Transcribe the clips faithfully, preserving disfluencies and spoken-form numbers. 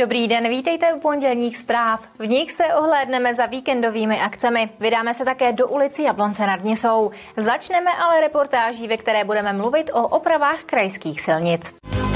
Dobrý den, vítejte u pondělních zpráv. V nich se ohlédneme za víkendovými akcemi. Vydáme se také do ulici Jablonce nad Nisou. Začneme ale reportáží, ve které budeme mluvit o opravách krajských silnic.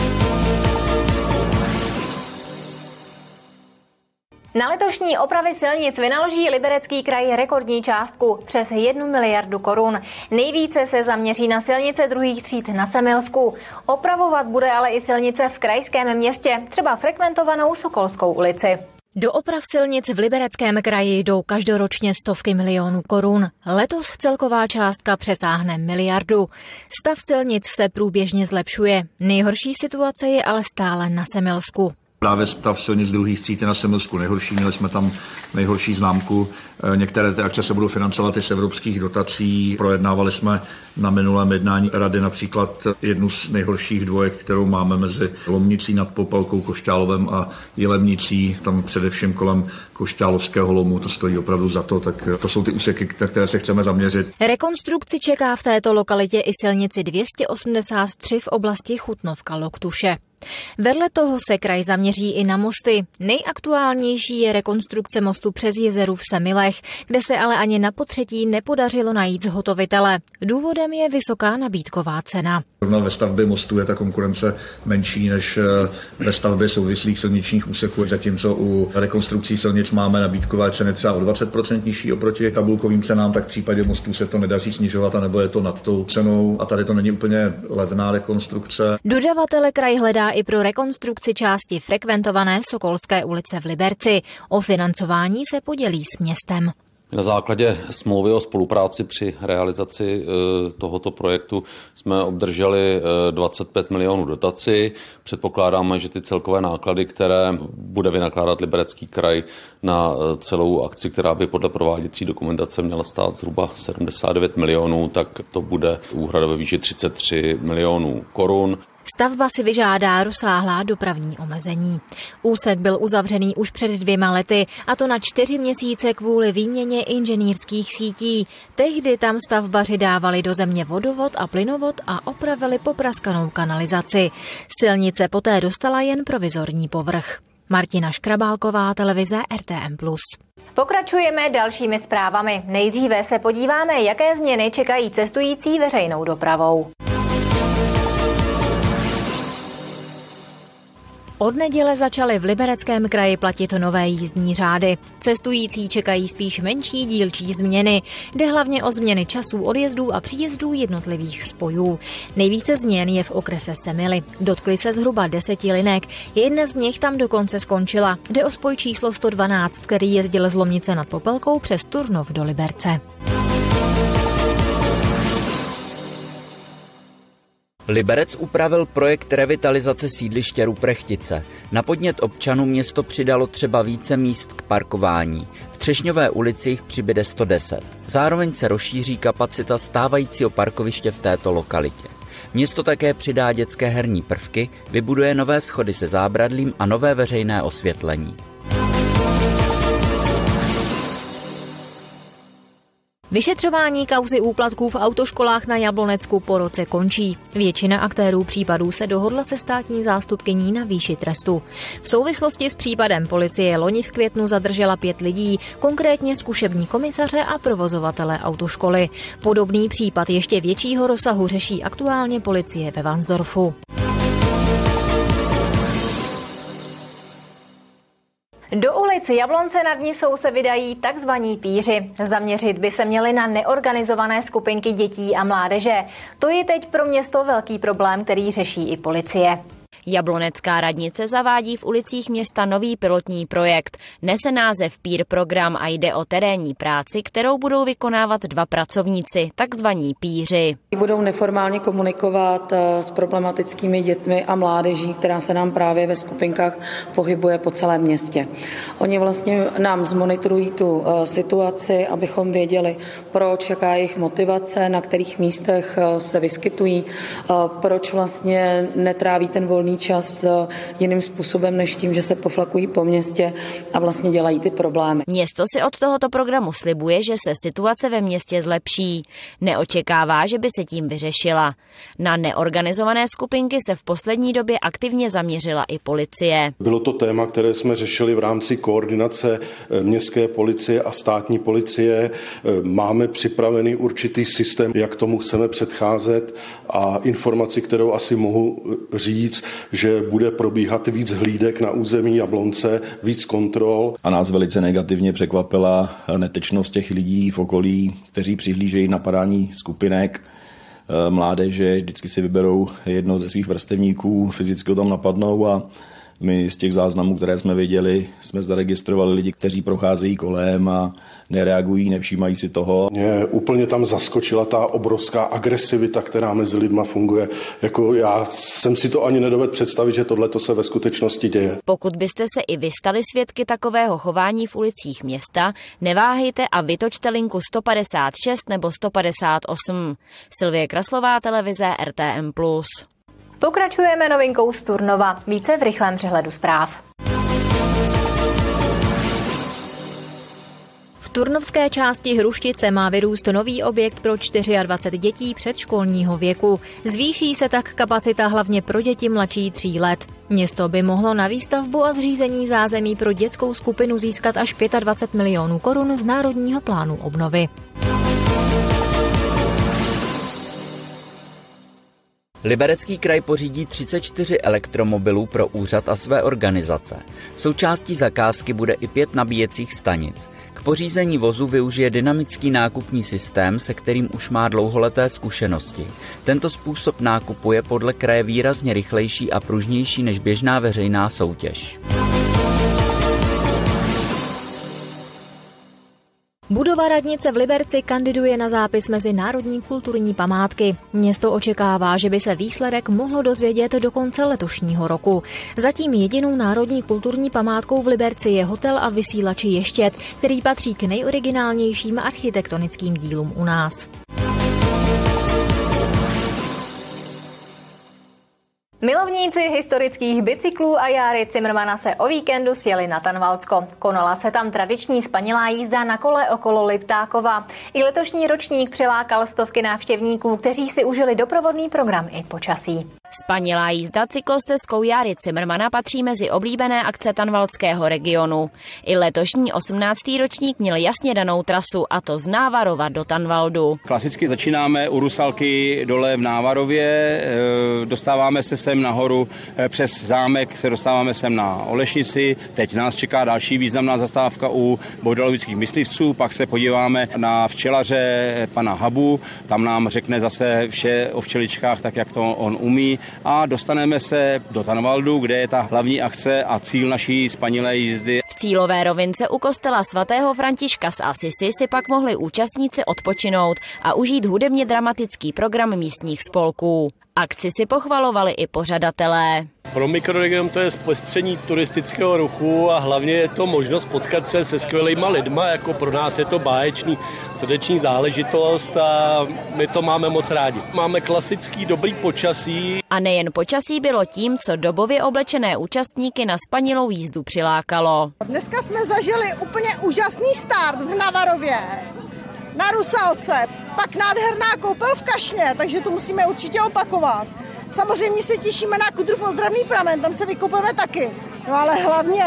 Na letošní opravy silnic vynaloží Liberecký kraj rekordní částku přes jednu miliardu korun. Nejvíce se zaměří na silnice druhých tříd na Semilsku. Opravovat bude ale i silnice v krajském městě, třeba frekventovanou Sokolskou ulici. Do oprav silnic v Libereckém kraji jdou každoročně stovky milionů korun. Letos celková částka přesáhne miliardu. Stav silnic se průběžně zlepšuje. Nejhorší situace je ale stále na Semilsku. Právě stav silnic druhých tříd je na Semilsku nejhorší, měli jsme tam nejhorší známku. Některé ty akce se budou financovat i z evropských dotací. Projednávali jsme na minulém jednání rady například jednu z nejhorších dvojek, kterou máme mezi Lomnicí nad Popelkou, Košťálovem a Jilemnicí. Tam především kolem Košťálovského lomu, to stojí opravdu za to, tak to jsou ty úseky, které se chceme zaměřit. Rekonstrukci čeká v této lokalitě i silnici dvě stě osmdesát tři v oblasti Chutnovka-Loktuše. Vedle toho se kraj zaměří i na mosty. Nejaktuálnější je rekonstrukce mostu přes Jezeru v Semilech, kde se ale ani na potřetí nepodařilo najít zhotovitele. Důvodem je vysoká nabídková cena. Ve stavbě mostu je ta konkurence menší než ve stavbě souvislých silničních úseků, zatímco u rekonstrukcí silnic máme nabídkové ceny třeba o dvacet procent nižší oproti tabulkovým cenám, tak v případě mostů se to nedaří snižovat, anebo je to nad tou cenou a tady to není úplně levná rekonstrukce. Dodavatele kraj hledá i pro rekonstrukci části frekventované Sokolské ulice v Liberci. O financování se podělí s městem. Na základě smlouvy o spolupráci při realizaci tohoto projektu jsme obdrželi dvacet pět milionů dotací. Předpokládáme, že ty celkové náklady, které bude vynakládat Liberecký kraj na celou akci, která by podle prováděcí dokumentace měla stát zhruba sedmdesát devět milionů, tak to bude úhrada ve výši třicet tři milionů korun. Stavba si vyžádá rozsáhlá dopravní omezení. Úsek byl uzavřený už před dvěma lety, a to na čtyři měsíce kvůli výměně inženýrských sítí. Tehdy tam stavbaři dávali do země vodovod a plynovod a opravili popraskanou kanalizaci. Silnice poté dostala jen provizorní povrch. Martina Škrabálková, televize R T M plus. Pokračujeme dalšími zprávami. Nejdříve se podíváme, jaké změny čekají cestující veřejnou dopravou. Od neděle začaly v Libereckém kraji platit nové jízdní řády. Cestující čekají spíš menší dílčí změny. Jde hlavně o změny časů odjezdů a příjezdů jednotlivých spojů. Nejvíce změn je v okrese Semily. Dotkly se zhruba deseti linek. Jedna z nich tam dokonce skončila. Jde o spoj číslo sto dvanáct, který jezdil z Lomnice nad Popelkou přes Turnov do Liberce. Liberec upravil projekt revitalizace sídliště Ruprechtice. Na podnět občanů město přidalo třeba více míst k parkování. V Třešňové ulici jich přibyde sto deset. Zároveň se rozšíří kapacita stávajícího parkoviště v této lokalitě. Město také přidá dětské herní prvky, vybuduje nové schody se zábradlím a nové veřejné osvětlení. Vyšetřování kauzy úplatků v autoškolách na Jablonecku po roce končí. Většina aktérů případů se dohodla se státní zástupkyní na výši trestu. V souvislosti s případem policie loni v květnu zadržela pět lidí, konkrétně zkušební komisaře a provozovatele autoškoly. Podobný případ ještě většího rozsahu řeší aktuálně policie ve Varnsdorfu. Do ulici Jablonce nad Nisou se vydají takzvaní píři. Zaměřit by se měli na neorganizované skupinky dětí a mládeže. To je teď pro město velký problém, který řeší i policie. Jablonecká radnice zavádí v ulicích města nový pilotní projekt. Nese název Peer program a jde o terénní práci, kterou budou vykonávat dva pracovníci, takzvaní píři. Budou neformálně komunikovat s problematickými dětmi a mládeží, která se nám právě ve skupinkách pohybuje po celém městě. Oni vlastně nám zmonitorují tu situaci, abychom věděli, proč, jaká je jejich motivace, na kterých místech se vyskytují, proč vlastně netráví ten volný tráví čas jiným způsobem než tím, že se poflakují po městě a vlastně dělají ty problémy. Město si od tohoto programu slibuje, že se situace ve městě zlepší. Neočekává, že by se tím vyřešila. Na neorganizované skupinky se v poslední době aktivně zaměřila i policie. Bylo to téma, které jsme řešili v rámci koordinace městské policie a státní policie. Máme připravený určitý systém, jak tomu chceme předcházet, a informaci, kterou asi mohu říct, že bude probíhat víc hlídek na území Jablonce, víc kontrol. A nás velice negativně překvapila netečnost těch lidí v okolí, kteří přihlížejí napadání skupinek mládeže, vždycky si vyberou jednoho ze svých vrstevníků, fyzicky ho tam napadnou a my z těch záznamů, které jsme viděli, jsme zaregistrovali lidi, kteří procházejí kolem a nereagují, nevšímají si toho. Mě úplně tam zaskočila ta obrovská agresivita, která mezi lidma funguje. Jako já jsem si to ani nedovedl představit, že tohle se ve skutečnosti děje. Pokud byste se i vy stali svědky takového chování v ulicích města, neváhejte a vytočte linku sto padesát šest nebo sto padesát osm. Sylvie Kraslová, televize R T M plus. Pokračujeme novinkou z Turnova. Více v rychlém přehledu zpráv. V turnovské části Hruštice má vyrůst nový objekt pro dvacet čtyři dětí předškolního věku. Zvýší se tak kapacita hlavně pro děti mladší tří let. Město by mohlo na výstavbu a zřízení zázemí pro dětskou skupinu získat až dvacet pět milionů korun z Národního plánu obnovy. Liberecký kraj pořídí třicet čtyři elektromobilů pro úřad a své organizace. Součástí zakázky bude i pět nabíjecích stanic. K pořízení vozu využije dynamický nákupní systém, se kterým už má dlouholeté zkušenosti. Tento způsob nákupu je podle kraje výrazně rychlejší a pružnější než běžná veřejná soutěž. Budova radnice v Liberci kandiduje na zápis mezi národní kulturní památky. Město očekává, že by se výsledek mohlo dozvědět do konce letošního roku. Zatím jedinou národní kulturní památkou v Liberci je hotel a vysílači Ještěd, který patří k nejoriginálnějším architektonickým dílům u nás. Milovníci historických bicyklů a járy Cimrmana se o víkendu sjeli na Tanvaldsko. Konala se tam tradiční spanilá jízda na kole okolo Liptákova. I letošní ročník přilákal stovky návštěvníků, kteří si užili doprovodný program i počasí. Spanilá jízda cyklostezkou járy Cimrmana patří mezi oblíbené akce tanvaldského regionu. I letošní osmnáctý ročník měl jasně danou trasu, a to z Návarova do Tanvaldu. Klasicky začínáme u Rusalky dole v Návarově, dostáváme se sem nahoru přes zámek, se dostáváme sem na Olešnici. Teď nás čeká další významná zastávka u bohdalovických myslivců, pak se podíváme na včelaře pana Habu, tam nám řekne zase vše o včeličkách, tak jak to on umí. A dostaneme se do Tanvaldu, kde je ta hlavní akce a cíl naší spanilé jízdy. V cílové rovince u kostela svatého Františka z Asisi si pak mohli účastníci odpočinout a užít hudebně dramatický program místních spolků. Akci si pochvalovali i pořadatelé. Pro mikroregion to je zpestření turistického ruchu a hlavně je to možnost potkat se se skvělýma lidma, jako pro nás je to báječný srdeční záležitost a my to máme moc rádi. Máme klasický dobrý počasí. A nejen počasí bylo tím, co dobově oblečené účastníky na spanilou jízdu přilákalo. Dneska jsme zažili úplně úžasný start v Navarově, na Rusalce, pak nádherná koupel v Kašně, takže to musíme určitě opakovat. Samozřejmě se těšíme na Kudrův ozdravný pramen, tam se vykupujeme taky. No ale hlavně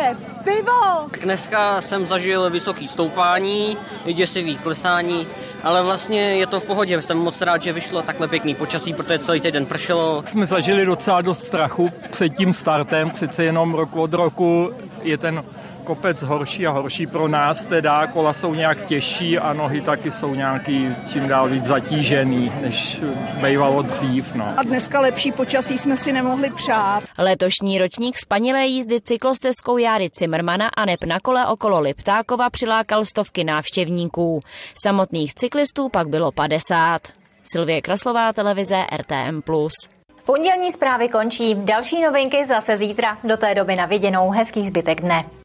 pivo! Dneska jsem zažil vysoký stoupání, děsivý klesání, ale vlastně je to v pohodě. Jsem moc rád, že vyšlo takhle pěkný počasí, protože celý týden pršelo. Jsme zažili docela dost strachu před tím startem, přece jenom rok od roku je ten kopec horší a horší pro nás, teda kola jsou nějak těžší a nohy taky jsou nějaký čím dál víc zatížený, než bývalo dřív. No. A dneska lepší počasí jsme si nemohli přát. Letošní ročník spanilé jízdy cyklostezkou járy Cimrmana a neb na kole okolo Liptákova přilákal stovky návštěvníků. Samotných cyklistů pak bylo padesát. Sylvie Kraslová, televize R T M plus. Pondělní zprávy končí, další novinky zase zítra. Do té doby na viděnou, hezký zbytek dne.